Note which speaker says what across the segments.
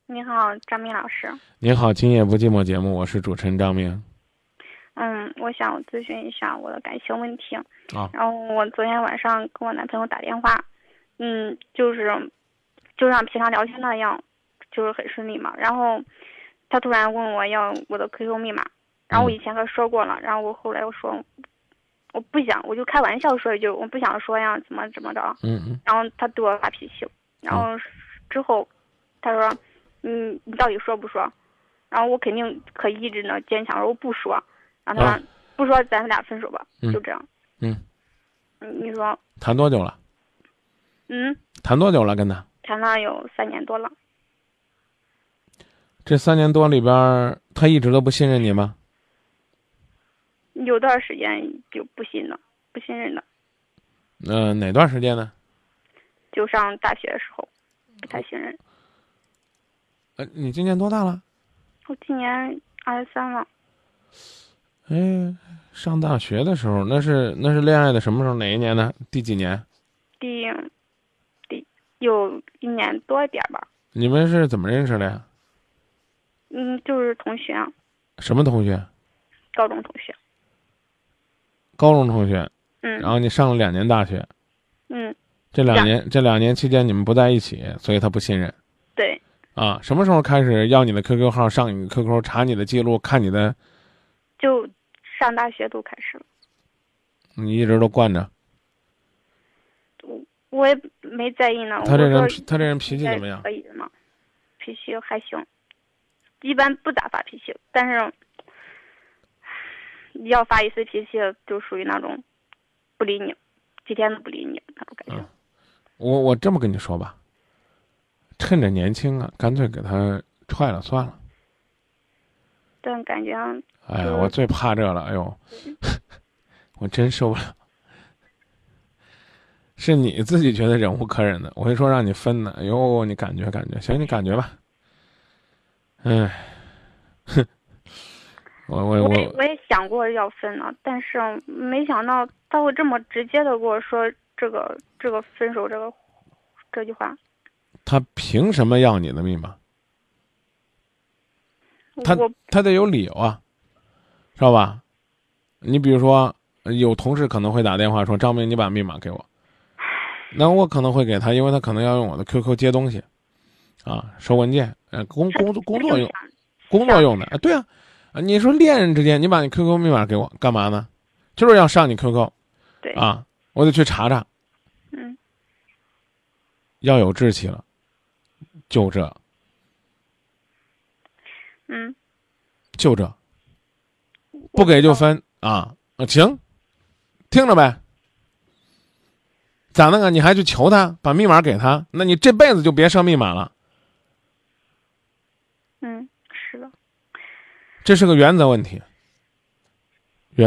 Speaker 1: 你好，张明老师。
Speaker 2: 您好，今夜不寂寞节目，我是主持人张明。
Speaker 1: 我想咨询一下我的感情问题。
Speaker 2: 啊，
Speaker 1: 然后我昨天晚上跟我男朋友打电话，就像平常聊天那样，就是很顺利嘛。然后他突然问我要我的 QQ 密码，然后我以前和他说过了，然后后来我说我不想，我就开玩笑说一句我不想说呀，怎么着。然后他对我发脾气，然后之后他说你到底说不说？然后我肯定可意志的坚强，说我不说。然后他说不说，咱俩分手吧，就这样。你说。
Speaker 2: 谈多久了？谈多久了？跟他
Speaker 1: 谈了有3年多了。
Speaker 2: 这3年多里边，他一直都不信任你吗？
Speaker 1: 有段时间就不信任的。
Speaker 2: 哪段时间呢？
Speaker 1: 就上大学的时候，不太信任。
Speaker 2: 你今年多大了？
Speaker 1: 我今年23了。
Speaker 2: 上大学的时候，那是恋爱的什么时候？哪一年呢？第几年？
Speaker 1: 第有1年多一点吧。
Speaker 2: 你们是怎么认识的呀？
Speaker 1: 就是同学啊。
Speaker 2: 什么同学？
Speaker 1: 高中同学。
Speaker 2: 高中同学。然后你上了2年大学。这两年期间你们不在一起，所以他不信任。
Speaker 1: 对。
Speaker 2: 啊，什么时候开始要你的 QQ 号，上你的 QQ 查你的记录，看你的？
Speaker 1: 就上大学都开始了。
Speaker 2: 你一直都惯着。
Speaker 1: 我也没在意呢。
Speaker 2: 他这人脾气怎么样？
Speaker 1: 可以的嘛，脾气还行，一般不咋发脾气，但是要发一次脾气就属于那种不理你，几天都不理你那种感觉。
Speaker 2: 我这么跟你说吧，趁着年轻啊，干脆给他踹了算了。
Speaker 1: 但感觉
Speaker 2: 哎呀，我最怕这了，哎呦，我真受不了。是你自己觉得忍无可忍的，我会说让你分的。哎呦，你感觉，行，你感觉吧。哼，
Speaker 1: 我也想过要分了，但是没想到他会这么直接的跟我说这个分手这句话。
Speaker 2: 他凭什么要你的密码？他得有理由啊，知道吧？你比如说，有同事可能会打电话说：“张明，你把密码给我。”那我可能会给他，因为他可能要用我的 QQ 接东西，收文件，工作用的。对啊，你说恋人之间，你把你 QQ 密码给我干嘛呢？就是要上你 QQ，
Speaker 1: 对
Speaker 2: 我得去查查。要有志气了，就这。就这，不给就分啊！行，听着呗。咋那个？你还去求他，把密码给他？那你这辈子就别设密码了。
Speaker 1: 是的。
Speaker 2: 这是个原则问题。知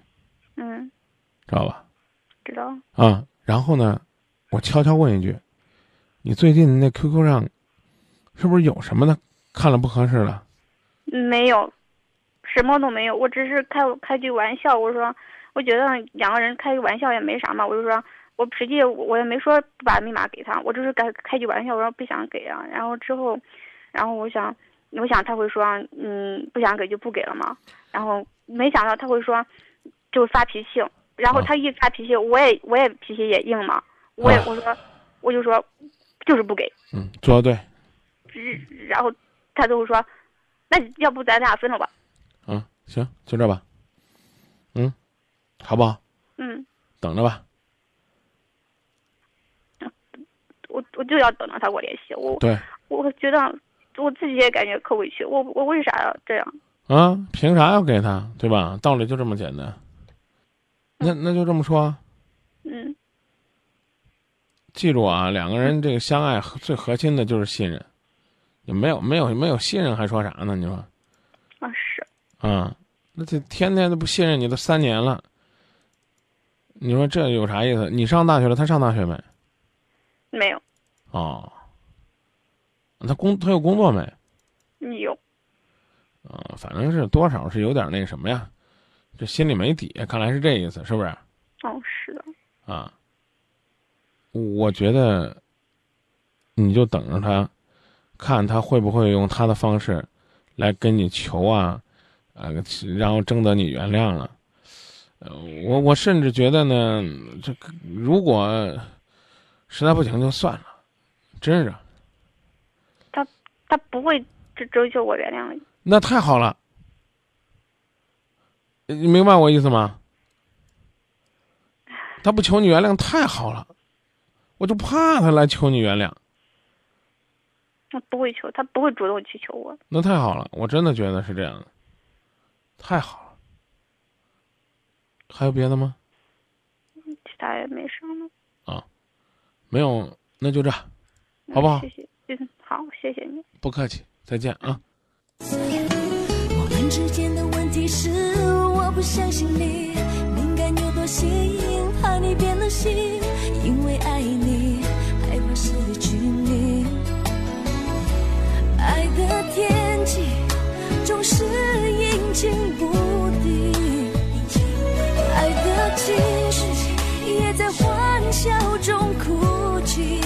Speaker 2: 道吧？
Speaker 1: 知道。
Speaker 2: 然后呢，我悄悄问一句：你最近那 QQ 上，是不是有什么呢？看了不合适了？
Speaker 1: 没有，什么都没有。我只是开句玩笑，我说我觉得2个人开个玩笑也没啥嘛。我就说我实际我也没说不把密码给他，我只是开句玩笑，我说不想给啊。然后之后，我想他会说不想给就不给了嘛。然后没想到他会说就发脾气，然后他一发脾气，我也脾气也硬嘛。我就说就是不给。
Speaker 2: 做得对。
Speaker 1: 然后他就会说那要不咱俩分了吧。
Speaker 2: 行，就这吧。好不好？等着吧。
Speaker 1: 我就要等着他给我联系。我觉得我自己也感觉可委屈，我为啥要这样？
Speaker 2: 凭啥要给他？对吧？道理就这么简单。那就这么说。记住啊，2个人这个相爱最核心的就是信任。你没有信任还说啥呢？你说？
Speaker 1: 是。
Speaker 2: 那这天天都不信任你，都3年了。你说这有啥意思？你上大学了，他上大学没？
Speaker 1: 没有。
Speaker 2: 他有工作没？
Speaker 1: 有。
Speaker 2: 反正是多少是有点那什么呀，这心里没底，看来是这意思，是不是？
Speaker 1: 是的。
Speaker 2: 我觉得你就等着他看他会不会用他的方式来跟你求啊，然后征得你原谅了。我甚至觉得呢，这个如果实在不行就算了，真是。
Speaker 1: 他不会追求我原谅你。
Speaker 2: 那太好了，你明白我意思吗？他不求你原谅太好了，我就怕他来求你原谅。
Speaker 1: 他不会求，他不会主动去求我。
Speaker 2: 那太好了，我真的觉得是这样的，太好了。还有别的吗？
Speaker 1: 其他也没什么。
Speaker 2: 啊，没有，那就这，好不好？
Speaker 1: 谢谢，好，谢谢你。
Speaker 2: 不客气，再见啊。
Speaker 3: 我们之间的问题是，我不相信你敏感有多心，怕你变了心，因为爱你，害怕失去你。爱的天气总是阴晴不定，爱的情绪也在欢笑中哭泣。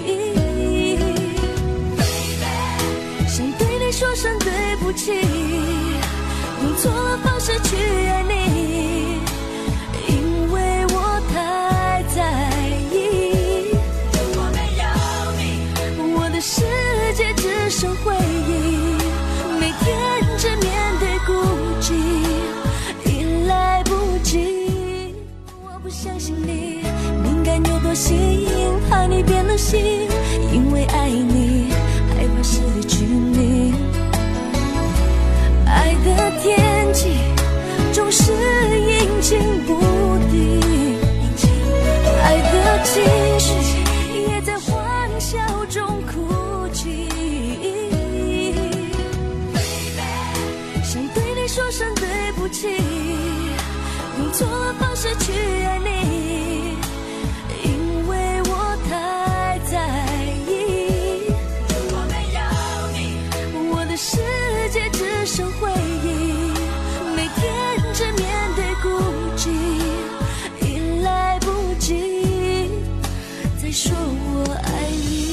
Speaker 3: 想对你说声对不起，用错了方式去爱你，因为我太在意。我没有你，我的世界只剩回忆，每天只面对孤寂，已来不及。我不相信你敏感有多心，怕你变了心，因为爱你，害怕失去你。爱的天气总是阴晴不定，爱的情绪也在欢笑中哭泣。想对你说声对不起，用错了方式去爱你，因为我太在意。我没有你，我的世界只剩回忆，每天只面对孤寂，已来不及再说我爱你。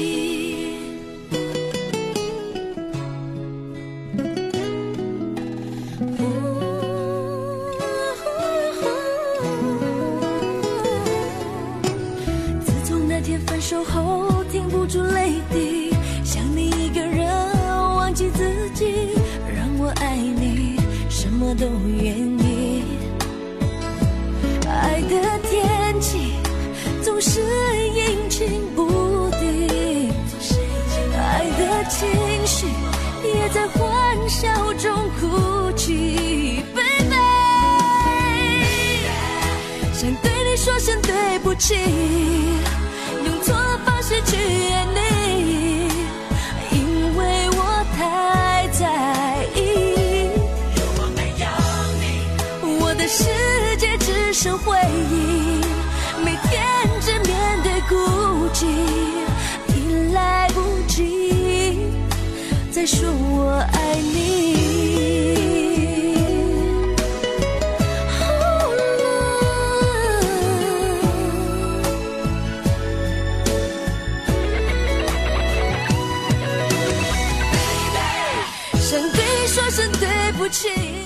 Speaker 3: 自从那天分手后，停不住泪滴，想你一个人，忘记自己，让我爱你，什么都愿意。爱的天气总是阴晴不定，爱的情绪也在欢笑中哭泣。Baby， 想对你说声对不起，用错了方式去爱你，因为我太在意。如果没有你，我的世界只剩回忆，每天只面对孤寂，已来不及再说我爱你。想对你说声对不起。